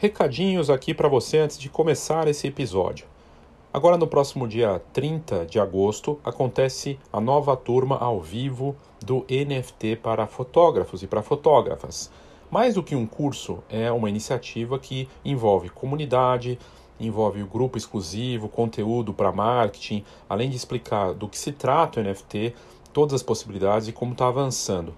recadinhos aqui para você antes de começar esse episódio. Agora no próximo dia 30 de agosto acontece a nova turma ao vivo do NFT para fotógrafos e para fotógrafas. Mais do que um curso, é uma iniciativa que envolve comunidade, envolve o grupo exclusivo, conteúdo para marketing, além de explicar do que se trata o NFT, todas as possibilidades e como está avançando.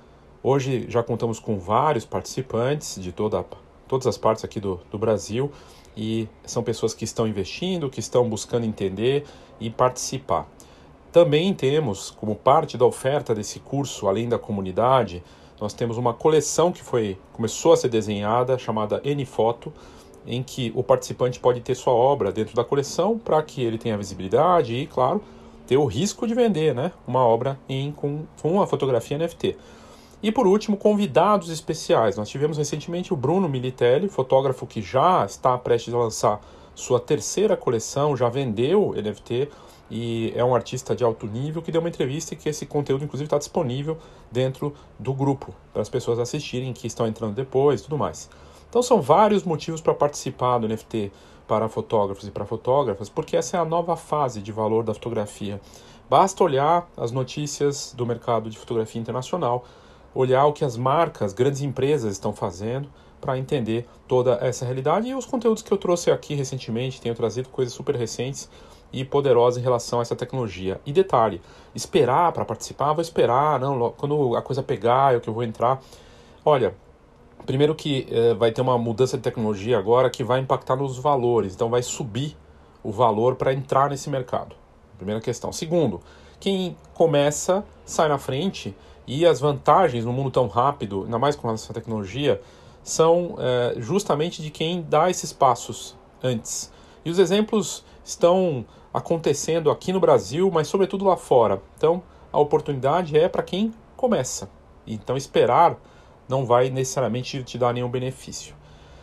Hoje já contamos com vários participantes de todas as partes aqui do Brasil e são pessoas que estão investindo, que estão buscando entender e participar. Também temos, como parte da oferta desse curso, além da comunidade, nós temos uma coleção que começou a ser desenhada, chamada N-Foto, em que o participante pode ter sua obra dentro da coleção para que ele tenha visibilidade e, claro, ter o risco de vender, né, uma obra com uma fotografia NFT. E por último, convidados especiais. Nós tivemos recentemente o Bruno Militelli, fotógrafo que já está prestes a lançar sua terceira coleção, já vendeu NFT e é um artista de alto nível que deu uma entrevista e que esse conteúdo inclusive está disponível dentro do grupo para as pessoas assistirem que estão entrando depois e tudo mais. Então são vários motivos para participar do NFT para fotógrafos e para fotógrafas, porque essa é a nova fase de valor da fotografia. Basta olhar as notícias do mercado de fotografia internacional, olhar o que as marcas, grandes empresas estão fazendo para entender toda essa realidade e os conteúdos que eu trouxe aqui recentemente, tenho trazido coisas super recentes e poderosas em relação a essa tecnologia. E detalhe, esperar para participar, vou esperar, não, quando a coisa pegar é o que eu vou entrar. Olha, primeiro que vai ter uma mudança de tecnologia agora que vai impactar nos valores, então vai subir o valor para entrar nesse mercado. Primeira questão. Segundo, quem começa sai na frente e as vantagens no mundo tão rápido, ainda mais com essa tecnologia, são justamente de quem dá esses passos antes. E os exemplos estão acontecendo aqui no Brasil, mas sobretudo lá fora. Então, a oportunidade é para quem começa. Então, esperar não vai necessariamente te dar nenhum benefício.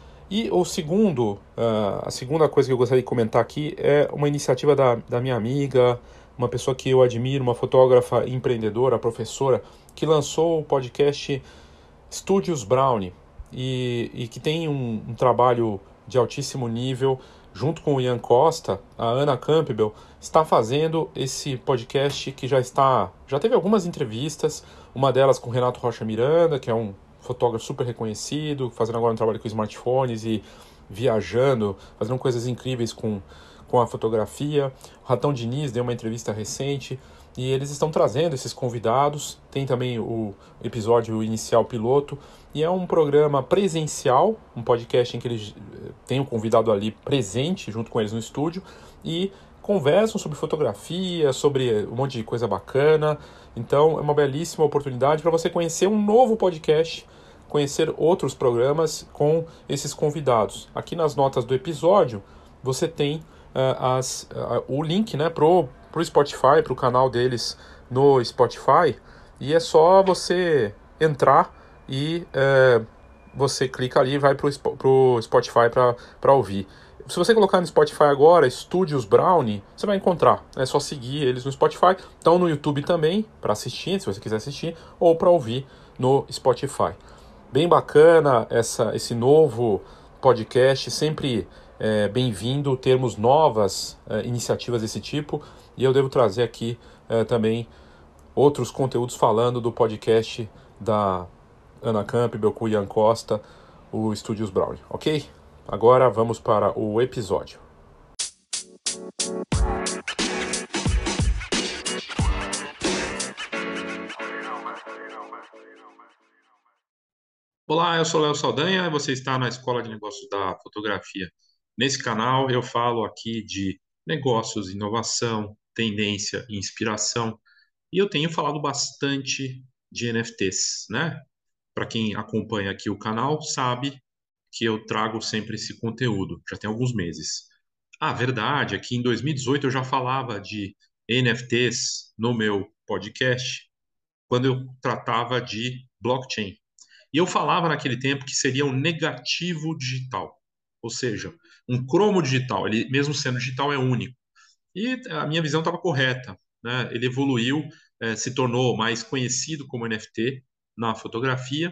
E a segunda coisa que eu gostaria de comentar aqui é uma iniciativa da minha amiga, uma pessoa que eu admiro, uma fotógrafa empreendedora, professora, que lançou o podcast Studios Brownie e que tem um trabalho de altíssimo nível, junto com o Ian Costa. A Ana Campbell está fazendo esse podcast que já teve algumas entrevistas, uma delas com o Renato Rocha Miranda, que é um fotógrafo super reconhecido, fazendo agora um trabalho com smartphones e viajando, fazendo coisas incríveis com a fotografia. O Ratão Diniz deu uma entrevista recente e eles estão trazendo esses convidados. Tem também o episódio inicial piloto e é um programa presencial, um podcast em que eles têm um convidado ali presente junto com eles no estúdio e conversam sobre fotografia, sobre um monte de coisa bacana. Então é uma belíssima oportunidade para você conhecer um novo podcast, conhecer outros programas com esses convidados. Aqui nas notas do episódio você tem o link, né, pro Spotify, pro canal deles no Spotify, e é só você entrar e você clica ali e vai pro Spotify para ouvir. Se você colocar no Spotify agora, Studios Brownie, você vai encontrar. É só seguir eles no Spotify. Estão no YouTube também, para assistir, se você quiser assistir, ou para ouvir no Spotify. Bem bacana esse novo podcast, sempre bem-vindo termos novas iniciativas desse tipo. E eu devo trazer aqui também outros conteúdos falando do podcast da Ana Campbell com o Ian Costa, o Studios Brownie, ok? Agora vamos para o episódio. Olá, eu sou Léo Saldanha e você está na Escola de Negócios da Fotografia. Nesse canal eu falo aqui de negócios, inovação, tendência e inspiração. E eu tenho falado bastante de NFTs, né? Para quem acompanha aqui o canal sabe que eu trago sempre esse conteúdo, já tem alguns meses. A verdade é que em 2018 eu já falava de NFTs no meu podcast, quando eu tratava de blockchain. E eu falava naquele tempo que seria um negativo digital, ou seja, um cromo digital, ele mesmo sendo digital é único. E a minha visão estava correta, né? Ele evoluiu, se tornou mais conhecido como NFT na fotografia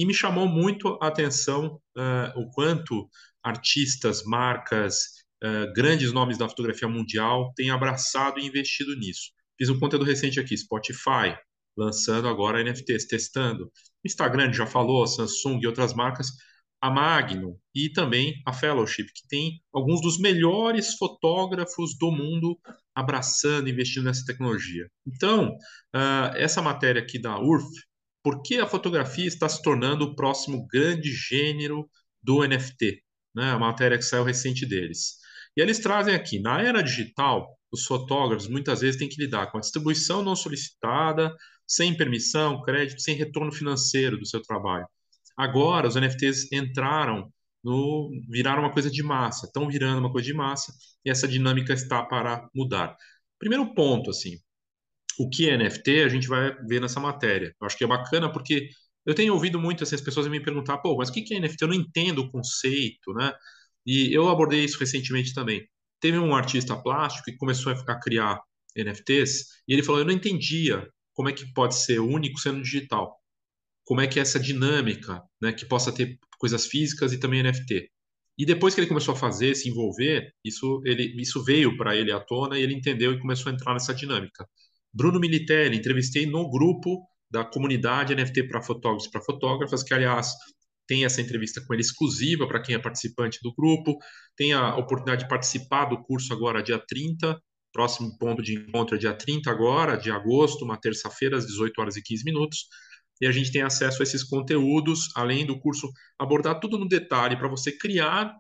E me chamou muito a atenção o quanto artistas, marcas, grandes nomes da fotografia mundial têm abraçado e investido nisso. Fiz um conteúdo recente aqui, Spotify, lançando agora NFTs, testando. Instagram já falou, Samsung e outras marcas, a Magnum e também a Fellowship, que tem alguns dos melhores fotógrafos do mundo abraçando, investindo nessa tecnologia. Então, essa matéria aqui da URF, por que a fotografia está se tornando o próximo grande gênero do NFT? Né? A matéria que saiu recente deles. E eles trazem aqui, na era digital, os fotógrafos muitas vezes têm que lidar com a distribuição não solicitada, sem permissão, crédito, sem retorno financeiro do seu trabalho. Agora, os NFTs entraram viraram uma coisa de massa, estão virando uma coisa de massa, e essa dinâmica está para mudar. Primeiro ponto, assim, o que é NFT, a gente vai ver nessa matéria. Eu acho que é bacana porque eu tenho ouvido muito assim, as pessoas me perguntar, pô, mas o que é NFT? Eu não entendo o conceito, né? E eu abordei isso recentemente também. Teve um artista plástico que começou a criar NFTs e ele falou, eu não entendia como é que pode ser único sendo digital. Como é que é essa dinâmica, né, que possa ter coisas físicas e também NFT. E depois que ele começou a fazer, se envolver, isso veio para ele à tona e ele entendeu e começou a entrar nessa dinâmica. Bruno Militelli, entrevistei no grupo da comunidade NFT para fotógrafos e para fotógrafas, que, aliás, tem essa entrevista com ele exclusiva para quem é participante do grupo, tem a oportunidade de participar do curso agora, dia 30, próximo ponto de encontro é dia 30 agora, de agosto, uma terça-feira, às 18 horas e 15 minutos, e a gente tem acesso a esses conteúdos, além do curso abordar tudo no detalhe para você criar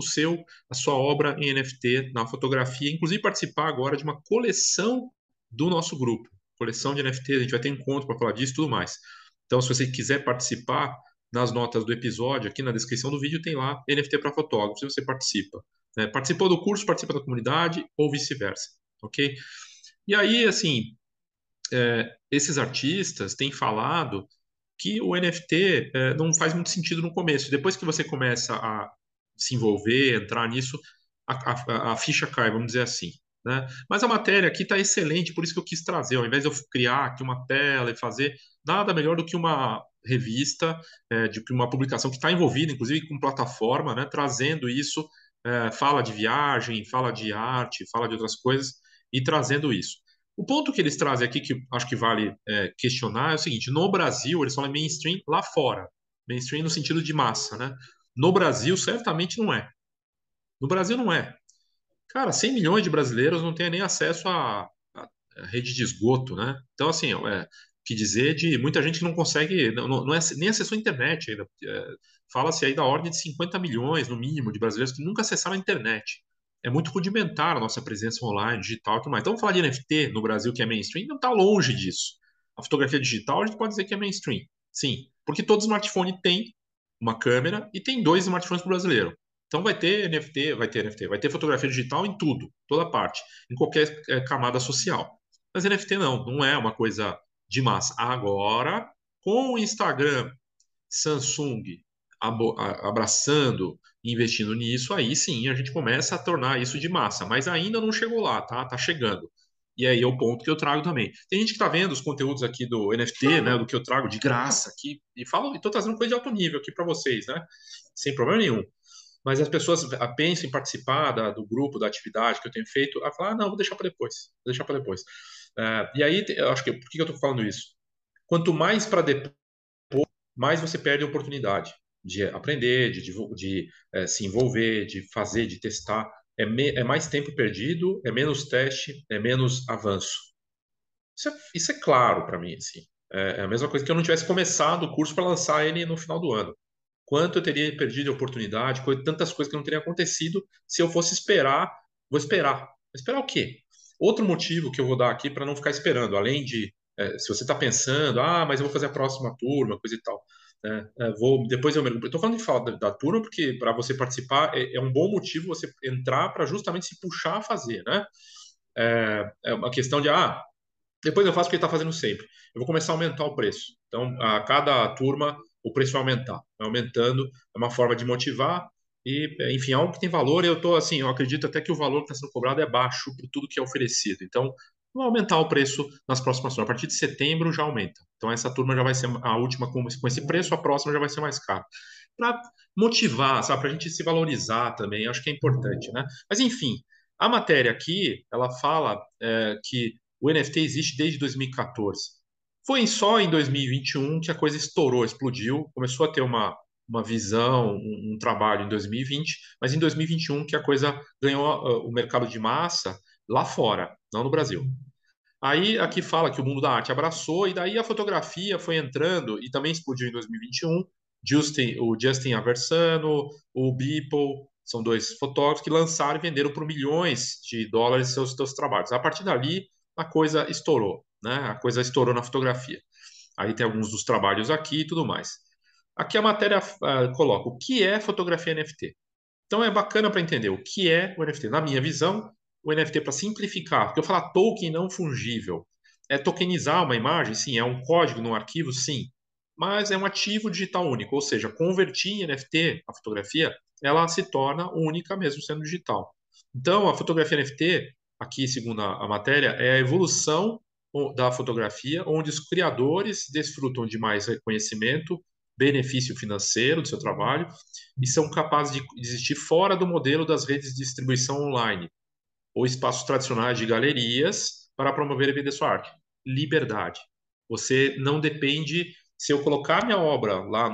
a sua obra em NFT na fotografia, inclusive participar agora de uma coleção do nosso grupo, coleção de NFT, a gente vai ter encontro para falar disso e tudo mais. Então, se você quiser participar, nas notas do episódio, aqui na descrição do vídeo, tem lá NFT para fotógrafos, e você participa. Né? Participou do curso, participa da comunidade, ou vice-versa, ok? E aí, assim, esses artistas têm falado que o NFT não faz muito sentido no começo. Depois que você começa a se envolver, entrar nisso, a ficha cai, vamos dizer assim. Né? Mas a matéria aqui está excelente, por isso que eu quis trazer. Ao invés de eu criar aqui uma tela e fazer, nada melhor do que uma revista, de uma publicação que está envolvida, inclusive com plataforma, né? Trazendo isso, fala de viagem, fala de arte, fala de outras coisas, e trazendo isso. O ponto que eles trazem aqui, que acho que vale questionar, é o seguinte: no Brasil, eles falam mainstream lá fora. Mainstream no sentido de massa, né? No Brasil, certamente não é. No Brasil, não é. Cara, 100 milhões de brasileiros não têm nem acesso à rede de esgoto, né? Então, assim, que dizer de muita gente que não consegue, não nem acessou a internet ainda. Fala-se aí da ordem de 50 milhões, no mínimo, de brasileiros que nunca acessaram a internet. É muito rudimentar a nossa presença online, digital e tudo mais. Então, vamos falar de NFT no Brasil, que é mainstream, não está longe disso. A fotografia digital, a gente pode dizer que é mainstream. Sim, porque todo smartphone tem uma câmera e tem dois smartphones para o brasileiro. Então vai ter fotografia digital em tudo, toda parte, em qualquer camada social. Mas NFT não é uma coisa de massa. Agora, com o Instagram, Samsung abraçando e investindo nisso, aí sim a gente começa a tornar isso de massa, mas ainda não chegou lá, tá? Tá chegando. E aí é o ponto que eu trago também. Tem gente que está vendo os conteúdos aqui do NFT, né, do que eu trago de graça aqui, e falo, e estou trazendo coisa de alto nível aqui para vocês, né? Sem problema nenhum. Mas as pessoas pensam em participar do grupo, da atividade que eu tenho feito, a falar, não, vou deixar para depois, vou deixar para depois. E aí, eu acho que, por que eu estou falando isso? Quanto mais para depois, mais você perde a oportunidade de aprender, de se envolver, de fazer, de testar. É mais tempo perdido, é menos teste, é menos avanço. Isso é claro para mim, assim. É a mesma coisa que eu não tivesse começado o curso para lançar ele no final do ano. Quanto eu teria perdido a oportunidade, tantas coisas que não teriam acontecido se eu fosse esperar. Vou esperar. Vou esperar o quê? Outro motivo que eu vou dar aqui para não ficar esperando, além de, se você está pensando, mas eu vou fazer a próxima turma, coisa e tal. Né? Depois eu mergulho. Estou falando de falar da turma porque para você participar é um bom motivo você entrar para justamente se puxar a fazer, né? É uma questão de, depois eu faço o que ele está fazendo sempre. Eu vou começar a aumentar o preço. Então, a cada turma, o preço vai aumentar. Vai aumentando, é uma forma de motivar. E, enfim, algo que tem valor. Eu tô assim, eu acredito até que o valor que está sendo cobrado é baixo por tudo que é oferecido. Então, vai aumentar o preço nas próximas turmas. A partir de setembro já aumenta. Então essa turma já vai ser a última com esse preço, a próxima já vai ser mais cara. Para motivar, sabe, para a gente se valorizar também, acho que é importante, né? Mas enfim, a matéria aqui, ela fala que o NFT existe desde 2014. Foi só em 2021 que a coisa estourou, explodiu, começou a ter uma visão, um trabalho em 2020, mas em 2021 que a coisa ganhou o mercado de massa lá fora, não no Brasil. Aí aqui fala que o mundo da arte abraçou, e daí a fotografia foi entrando e também explodiu em 2021. O Justin Aversano, o Beeple, são dois fotógrafos que lançaram e venderam por milhões de dólares seus trabalhos. A partir dali, a coisa estourou, né? A coisa estourou na fotografia. Aí tem alguns dos trabalhos aqui e tudo mais. Aqui a matéria coloca o que é fotografia NFT. Então é bacana para entender o que é o NFT. Na minha visão, o NFT, para simplificar, porque eu falar token não fungível, é tokenizar uma imagem, sim, é um código num arquivo, sim, mas é um ativo digital único, ou seja, convertir em NFT a fotografia, ela se torna única mesmo sendo digital. Então, a fotografia NFT, aqui segundo a matéria, é a evolução da fotografia, onde os criadores desfrutam de mais reconhecimento, benefício financeiro do seu trabalho e são capazes de existir fora do modelo das redes de distribuição online ou espaços tradicionais de galerias para promover e vender sua arte. Liberdade. Você não depende. Se eu colocar minha obra lá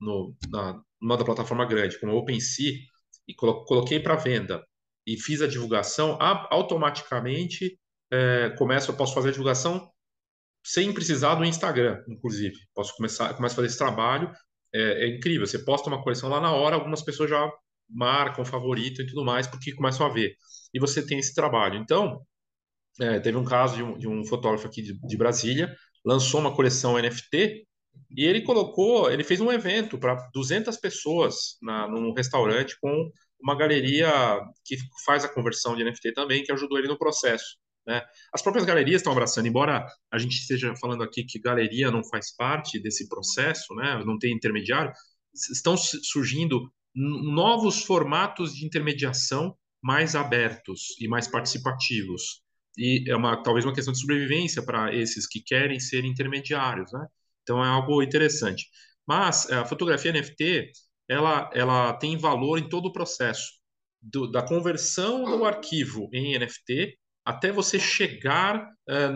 numa da plataforma grande, como o OpenSea, e coloquei para venda e fiz a divulgação, automaticamente eu posso fazer a divulgação sem precisar do Instagram, inclusive. Começo a fazer esse trabalho. É incrível. Você posta uma coleção lá na hora, algumas pessoas já marcam favorito e tudo mais, porque começam a ver. E você tem esse trabalho. Então, teve um caso de um fotógrafo aqui de Brasília, lançou uma coleção NFT e ele fez um evento para 200 pessoas num restaurante com uma galeria que faz a conversão de NFT também, que ajudou ele no processo, né? As próprias galerias estão abraçando, embora a gente esteja falando aqui que galeria não faz parte desse processo, né? Não tem intermediário, estão surgindo novos formatos de intermediação mais abertos e mais participativos. E é talvez uma questão de sobrevivência para esses que querem ser intermediários, né? Então é algo interessante. Mas a fotografia NFT, ela tem valor em todo o processo, da conversão do arquivo em NFT até você chegar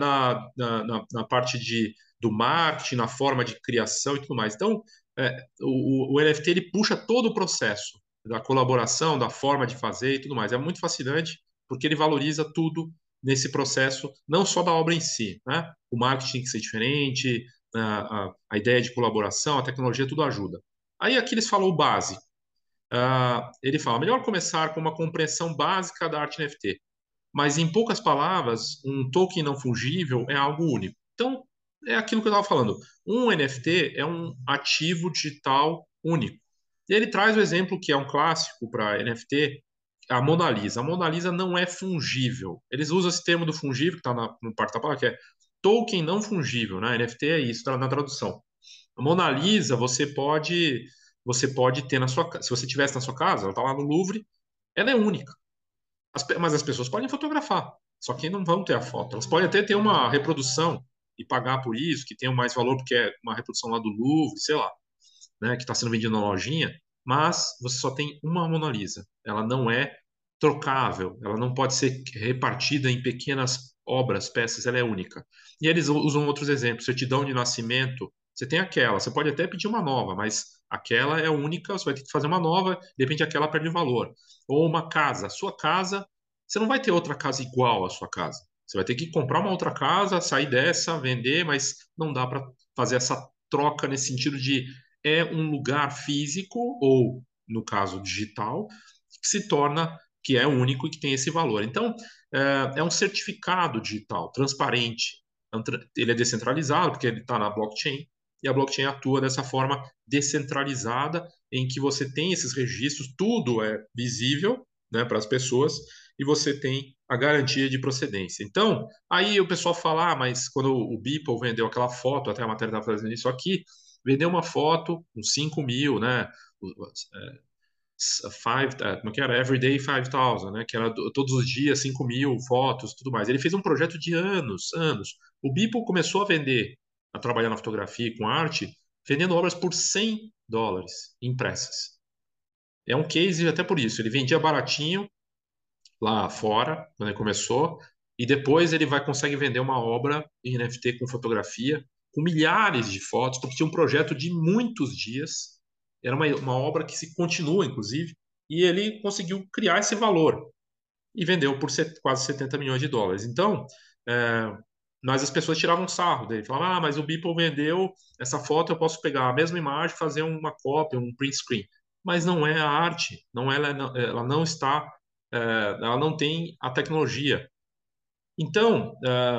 na parte do marketing, na forma de criação e tudo mais. Então, o NFT ele puxa todo o processo da colaboração, da forma de fazer e tudo mais. É muito fascinante porque ele valoriza tudo nesse processo, não só da obra em si, né? O marketing tem que ser diferente, a ideia de colaboração, a tecnologia, tudo ajuda. Aí aqui eles falam o básico. Ele fala, melhor começar com uma compreensão básica da arte NFT, mas em poucas palavras, um token não fungível é algo único. Então, é aquilo que eu estava falando. Um NFT é um ativo digital único. E ele traz o exemplo que é um clássico para NFT, a Mona Lisa. A Mona Lisa não é fungível. Eles usam esse termo do fungível, que está no parte da palavra, que é token não fungível, né? NFT é isso, está na tradução. A Mona Lisa, você pode ter na sua casa. Se você tivesse na sua casa, ela está lá no Louvre, ela é única. Mas as pessoas podem fotografar, só que não vão ter a foto. Elas podem até ter uma reprodução e pagar por isso, que tem mais valor porque é uma reprodução lá do Louvre, sei lá, né, que está sendo vendido na lojinha, mas você só tem uma Mona Lisa. Ela não é trocável, ela não pode ser repartida em pequenas obras, peças, ela é única. E eles usam outros exemplos, certidão de nascimento, você tem aquela, você pode até pedir uma nova, mas aquela é única, você vai ter que fazer uma nova, de repente aquela perde valor. Ou uma casa, sua casa, você não vai ter outra casa igual à sua casa. Você vai ter que comprar uma outra casa, sair dessa, vender, mas não dá para fazer essa troca nesse sentido de é um lugar físico ou, no caso, digital, que se torna que é único e que tem esse valor. Então, é um certificado digital, transparente. Ele é descentralizado, porque ele está na blockchain, e a blockchain atua dessa forma descentralizada, em que você tem esses registros, tudo é visível, né, para as pessoas, e você tem a garantia de procedência. Então, aí o pessoal fala, mas quando o Beeple vendeu aquela foto, até a matéria estava fazendo isso aqui, vendeu uma foto, uns 5 mil, né? como é que era? Everyday 5,000, né? Que era todos os dias 5.000 fotos, tudo mais. Ele fez um projeto de anos, anos. O Beeple começou a vender, a trabalhar na fotografia e com arte, vendendo obras por US$ 100 impressas. É um case até por isso. Ele vendia baratinho lá fora, quando ele começou, e depois ele consegue vender uma obra em NFT com fotografia, com milhares de fotos, porque tinha um projeto de muitos dias. Era uma obra que se continua, inclusive, e ele conseguiu criar esse valor e vendeu por quase US$ 70 milhões. Então, é, mas as pessoas tiravam sarro dele, falavam, mas o Beeple vendeu essa foto, eu posso pegar a mesma imagem, fazer uma cópia, um print screen. Mas não é a arte, ela não está, ela não tem a tecnologia. Então,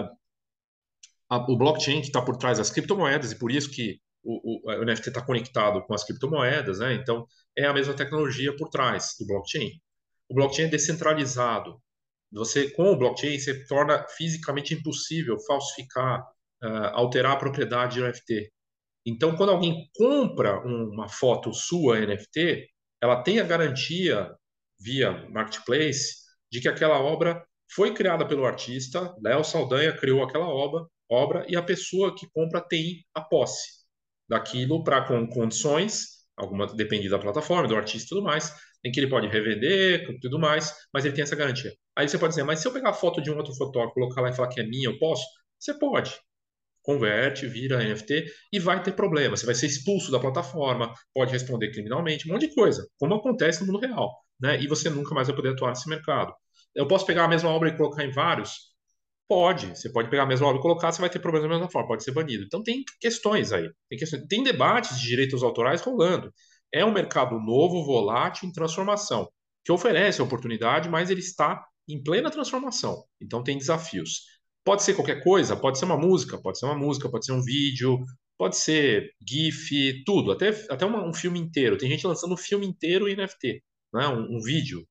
o blockchain que está por trás das criptomoedas, e por isso que o NFT está conectado com as criptomoedas, né? Então, é a mesma tecnologia por trás do blockchain. O blockchain é descentralizado. Com o blockchain, você torna fisicamente impossível falsificar, alterar a propriedade de NFT. Então, quando alguém compra uma foto sua NFT, ela tem a garantia, via marketplace, de que aquela obra foi criada pelo artista, Léo Saldanha criou aquela obra e a pessoa que compra tem a posse daquilo com condições, alguma depende da plataforma, do artista e tudo mais, em que ele pode revender, tudo mais, mas ele tem essa garantia. Aí você pode dizer, mas se eu pegar a foto de um outro fotógrafo, colocar lá e falar que é minha, eu posso? Você pode, converte, vira NFT e vai ter problema. Você vai ser expulso da plataforma, pode responder criminalmente, um monte de coisa, como acontece no mundo real, né? E você nunca mais vai poder atuar nesse mercado. Eu posso pegar a mesma obra e colocar em vários? Pode. Você pode pegar a mesma obra e colocar, você vai ter problemas da mesma forma, pode ser banido. Então tem questões aí. Tem debates de direitos autorais rolando. É um mercado novo, volátil, em transformação, que oferece oportunidade, mas ele está em plena transformação. Então tem desafios. Pode ser qualquer coisa, pode ser uma música, pode ser uma música, pode ser um vídeo, pode ser GIF, tudo, até um filme inteiro. Tem gente lançando um filme inteiro em NFT, né? Um vídeo,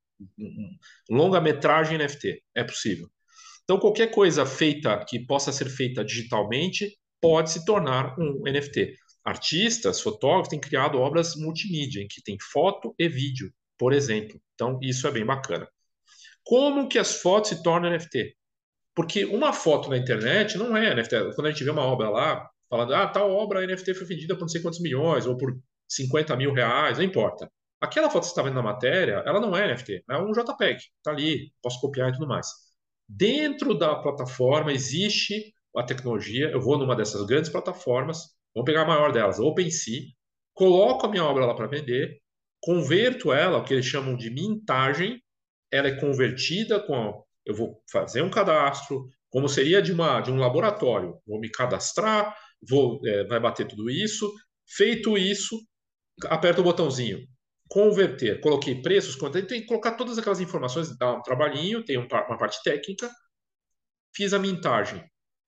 um longa-metragem NFT. É possível. Então, qualquer coisa feita que possa ser feita digitalmente pode se tornar um NFT. Artistas, fotógrafos têm criado obras multimídia, em que tem foto e vídeo, por exemplo. Então, isso é bem bacana. Como que as fotos se tornam NFT? Porque uma foto na internet não é NFT. Quando a gente vê uma obra lá, falando, tal obra NFT foi vendida por não sei quantos milhões, ou por R$ 50 mil, não importa. Aquela foto que você está vendo na matéria, ela não é NFT, é um JPEG, está ali, posso copiar e tudo mais. Dentro da plataforma existe a tecnologia, eu vou numa dessas grandes plataformas, vou pegar a maior delas, a OpenSea, coloco a minha obra lá para vender, converto ela, o que eles chamam de mintagem, ela é convertida eu vou fazer um cadastro, como seria de um laboratório. Vou me cadastrar, vai bater tudo isso. Feito isso, aperto o botãozinho. Converter. Coloquei preços, tem que colocar todas aquelas informações, dá um trabalhinho, tem uma parte técnica. Fiz a mintagem.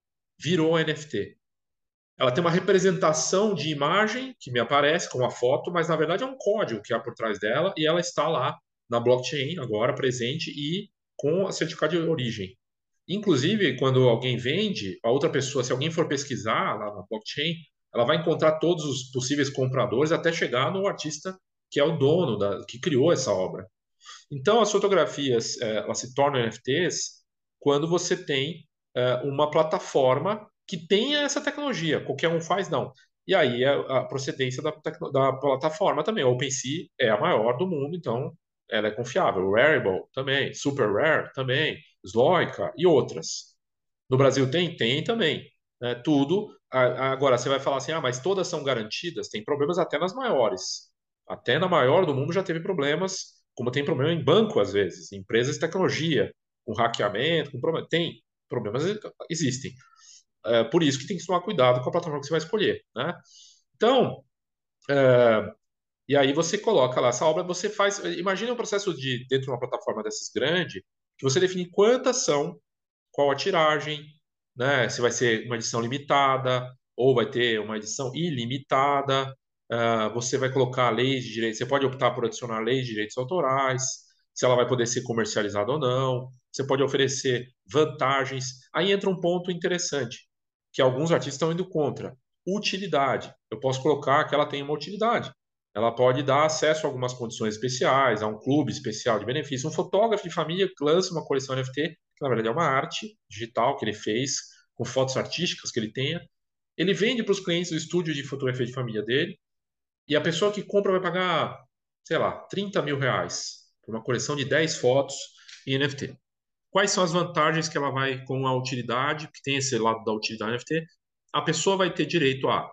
Virou NFT. Ela tem uma representação de imagem que me aparece com a foto, mas na verdade é um código que há por trás dela e ela está lá na blockchain agora presente e com a certificado de origem. Inclusive, quando alguém vende, a outra pessoa, se alguém for pesquisar lá na blockchain, ela vai encontrar todos os possíveis compradores até chegar no artista que é o dono que criou essa obra. Então, as fotografias elas se tornam NFTs quando você tem uma plataforma que tenha essa tecnologia. Qualquer um faz, não. E aí a procedência da plataforma também. A OpenSea é a maior do mundo, então ela é confiável. Rarible também, Super Rare também, Sloika e outras. No Brasil tem? Tem também. Tudo. Agora, você vai falar assim, mas todas são garantidas? Tem problemas até nas maiores. Até na maior do mundo já teve problemas, como tem problema em banco, às vezes, em empresas de tecnologia, com hackeamento, com problema. Tem problemas, existem. Por isso que tem que tomar cuidado com a plataforma que você vai escolher, né? Então, e aí você coloca lá essa obra, você faz. Imagina um processo dentro de uma plataforma dessas grande, que você define quantas são, qual a tiragem, né? Se vai ser uma edição limitada ou vai ter uma edição ilimitada. Você vai colocar leis de direitos. Você pode optar por adicionar leis de direitos autorais, se ela vai poder ser comercializada ou não. Você pode oferecer vantagens. Aí entra um ponto interessante, que alguns artistas estão indo contra. Utilidade. Eu posso colocar que ela tem uma utilidade. ela pode dar acesso a algumas condições especiais, a um clube especial de benefício. Um fotógrafo de família que lança uma coleção NFT, que na verdade é uma arte digital que ele fez, com fotos artísticas que ele tenha. Ele vende para os clientes do estúdio de fotografia de família dele, e a pessoa que compra vai pagar, sei lá, 30 mil reais por uma coleção de 10 fotos em NFT. Quais são as vantagens que ela vai com a utilidade, que tem esse lado da utilidade NFT? A pessoa vai ter direito a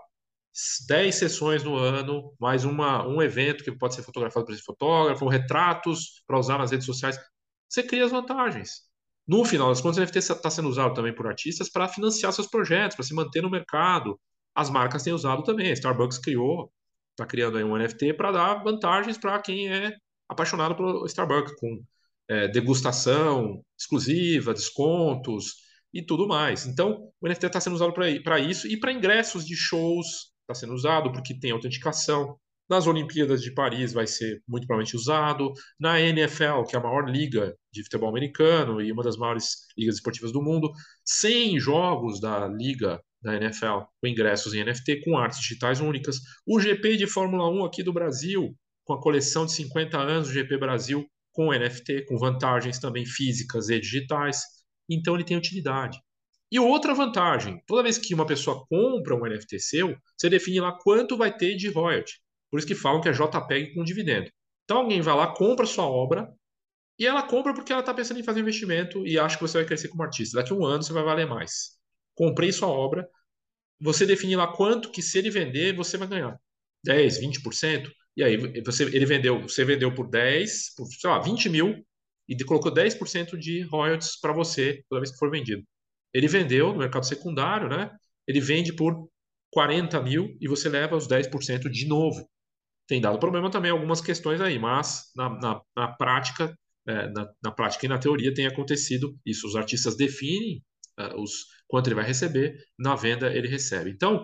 10 sessões no ano, mais um evento que pode ser fotografado por esse fotógrafo, retratos para usar nas redes sociais. Você cria as vantagens. No final das contas, o NFT está sendo usado também por artistas para financiar seus projetos, para se manter no mercado. As marcas têm usado também. A Starbucks criou, está criando aí um NFT para dar vantagens para quem é apaixonado pelo Starbucks, com degustação exclusiva, descontos e tudo mais. Então, o NFT está sendo usado para isso e para ingressos de shows está sendo usado porque tem autenticação. Nas Olimpíadas de Paris vai ser muito provavelmente usado. Na NFL, que é a maior liga de futebol americano e uma das maiores ligas esportivas do mundo, 100 jogos da liga da NFL com ingressos em NFT com artes digitais únicas. O GP de Fórmula 1 aqui do Brasil, com a coleção de 50 anos do GP Brasil, com NFT, com vantagens também físicas e digitais. Então ele tem utilidade. E outra vantagem, toda vez que uma pessoa compra um NFT seu, você define lá quanto vai ter de royalty. Por isso que falam que é JPEG com dividendo. Então alguém vai lá, compra sua obra, e ela compra porque ela está pensando em fazer investimento e acha que você vai crescer como artista. Daqui a um ano você vai valer mais. Comprei sua obra, você define lá quanto que se ele vender, você vai ganhar. 10, 20%. E aí você vendeu por 10, por, sei lá, 20 mil e colocou 10% de royalties para você toda vez que for vendido. Ele vendeu no mercado secundário, né? Ele vende por 40 mil e você leva os 10% de novo. Tem dado problema também algumas questões aí, mas na prática, na prática e na teoria tem acontecido isso. Os artistas definem quanto ele vai receber, na venda ele recebe. Então,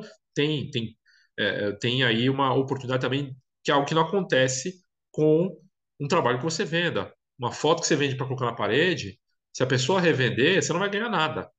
tem aí uma oportunidade também, que é algo que não acontece com um trabalho que você venda. Uma foto que você vende para colocar na parede, se a pessoa revender, você não vai ganhar nada.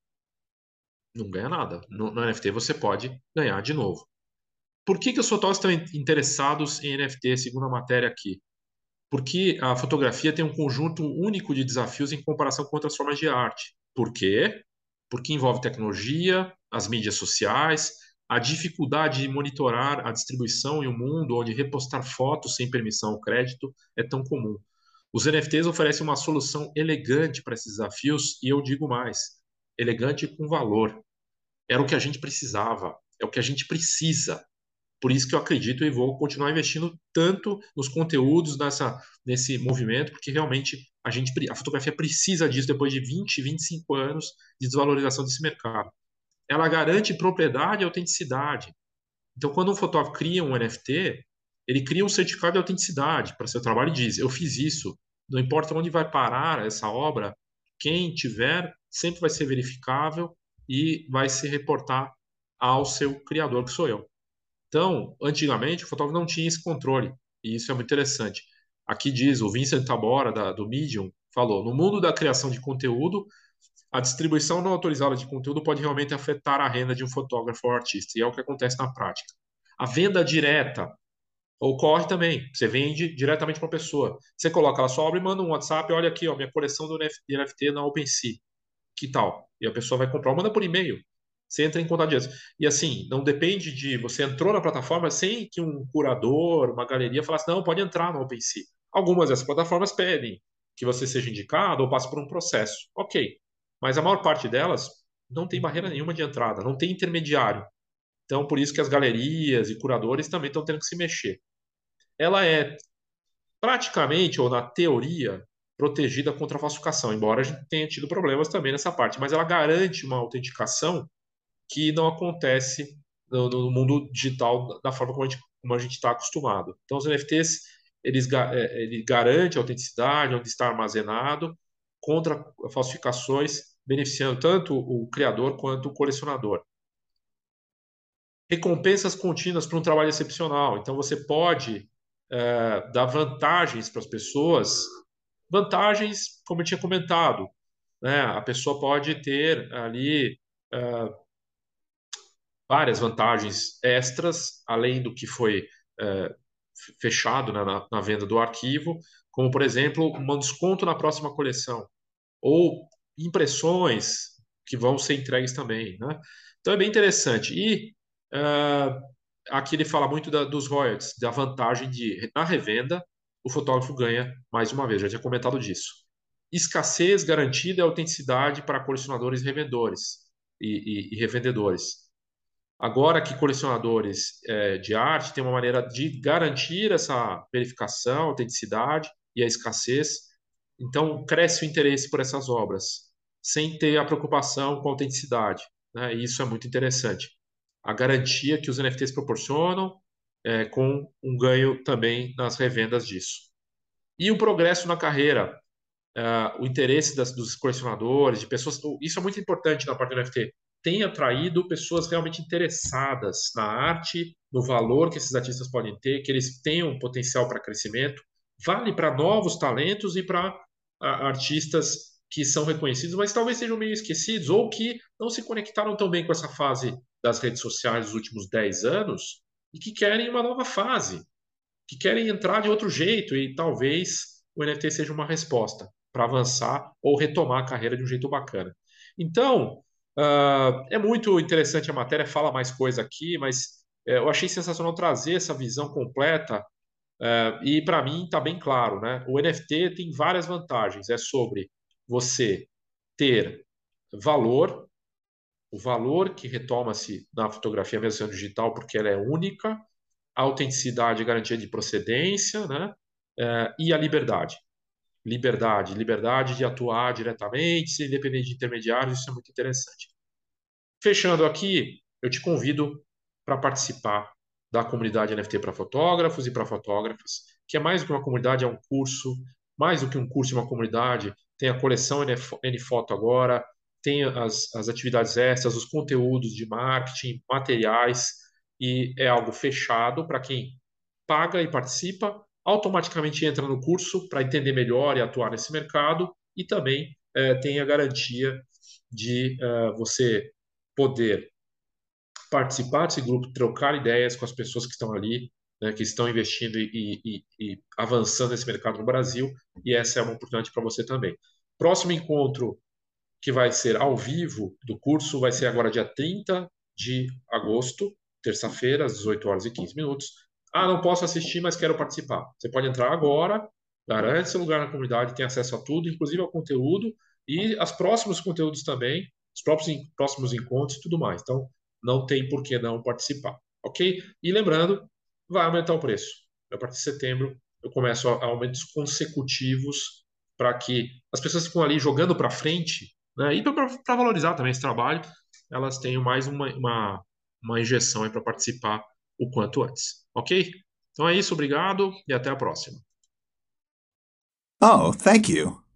Não ganha nada. No NFT você pode ganhar de novo. Por que os fotógrafos estão interessados em NFT, segundo a matéria aqui? Porque a fotografia tem um conjunto único de desafios em comparação com outras formas de arte. Por quê? Porque envolve tecnologia, as mídias sociais, a dificuldade de monitorar a distribuição em um mundo onde repostar fotos sem permissão ou crédito é tão comum. Os NFTs oferecem uma solução elegante para esses desafios e eu digo mais, elegante com valor. Era o que a gente precisava, é o que a gente precisa. Por isso que eu acredito e vou continuar investindo tanto nos conteúdos nesse movimento, porque realmente a fotografia precisa disso depois de 20, 25 anos de desvalorização desse mercado. Ela garante propriedade e autenticidade. Então, quando um fotógrafo cria um NFT, ele cria um certificado de autenticidade para seu trabalho e diz: eu fiz isso. Não importa onde vai parar essa obra, quem tiver sempre vai ser verificável e vai se reportar ao seu criador, que sou eu. Então, antigamente, o fotógrafo não tinha esse controle, e isso é muito interessante. Aqui diz, o Vincent Tabora, do Medium, falou: no mundo da criação de conteúdo, a distribuição não autorizada de conteúdo pode realmente afetar a renda de um fotógrafo ou artista, e é o que acontece na prática. A venda direta ocorre também. Você vende diretamente para a pessoa. Você coloca lá sua obra e manda um WhatsApp: olha aqui, ó, minha coleção de NFT na OpenSea. Que tal? E a pessoa vai comprar, manda por e-mail. Você entra em contato direto. E assim, não depende de você entrou na plataforma sem que um curador, uma galeria falasse, não, pode entrar no OpenSea. Algumas dessas plataformas pedem que você seja indicado ou passe por um processo. Ok. Mas a maior parte delas não tem barreira nenhuma de entrada, não tem intermediário. Então, por isso que as galerias e curadores também estão tendo que se mexer. Ela é praticamente, ou na teoria, protegida contra a falsificação, embora a gente tenha tido problemas também nessa parte, mas ela garante uma autenticação que não acontece no mundo digital da forma como a gente está acostumado. Então, os NFTs, ele garante a autenticidade, onde está armazenado, contra falsificações, beneficiando tanto o criador quanto o colecionador. Recompensas contínuas para um trabalho excepcional. Então, você pode dar vantagens para as pessoas, vantagens, como eu tinha comentado, né? A pessoa pode ter ali várias vantagens extras, além do que foi fechado, né, na venda do arquivo, como, por exemplo, um desconto na próxima coleção, ou impressões que vão ser entregues também, né? Então é bem interessante. E ah, aqui ele fala muito dos royalties, da vantagem de, na revenda, o fotógrafo ganha mais uma vez, já tinha comentado disso. Escassez garantida e autenticidade para colecionadores e revendedores e revendedores. Agora que colecionadores de arte têm uma maneira de garantir essa verificação, autenticidade e a escassez, então cresce o interesse por essas obras, sem ter a preocupação com a autenticidade, né? E isso é muito interessante. A garantia que os NFTs proporcionam, com um ganho também nas revendas disso. E o progresso na carreira, o interesse dos colecionadores, de pessoas. Isso é muito importante na parte do NFT. Tem atraído pessoas realmente interessadas na arte, no valor que esses artistas podem ter, que eles tenham um potencial para crescimento. Vale para novos talentos e para artistas que são reconhecidos, mas talvez sejam meio esquecidos ou que não se conectaram tão bem com essa fase das redes sociais dos últimos 10 anos e que querem uma nova fase, que querem entrar de outro jeito e talvez o NFT seja uma resposta para avançar ou retomar a carreira de um jeito bacana. Então, é muito interessante a matéria, fala mais coisa aqui, mas eu achei sensacional trazer essa visão completa e para mim está bem claro, né? O NFT tem várias vantagens. É sobre você ter valor, o valor que retoma-se na fotografia mesmo sendo digital, porque ela é única, a autenticidade e garantia de procedência, né? E a liberdade. Liberdade de atuar diretamente, sem depender de intermediários, isso é muito interessante. Fechando aqui, eu te convido para participar da comunidade NFT para fotógrafos e para fotógrafas, que é mais do que uma comunidade, é um curso, mais do que um curso e uma comunidade, tem a coleção NFoto agora, tem as atividades extras, os conteúdos de marketing, materiais, e é algo fechado para quem paga e participa, automaticamente entra no curso para entender melhor e atuar nesse mercado, e também tem a garantia de você poder participar desse grupo, trocar ideias com as pessoas que estão ali, né, que estão investindo e avançando nesse mercado no Brasil, e essa é uma oportunidade para você também. Próximo encontro, que vai ser ao vivo do curso, vai ser agora dia 30 de agosto, terça-feira, às 18 horas e 15 minutos. Ah, não posso assistir, mas quero participar. Você pode entrar agora, garante seu lugar na comunidade, tem acesso a tudo, inclusive ao conteúdo e aos próximos conteúdos também, os próximos encontros e tudo mais. Então, não tem por que não participar, ok? E lembrando, vai aumentar o preço. A partir de setembro, eu começo a aumentos consecutivos para que as pessoas que ficam ali jogando para frente, né, e para valorizar também esse trabalho, elas tenham mais uma injeção para participar o quanto antes, ok? Então é isso, obrigado e até a próxima. Oh, thank you.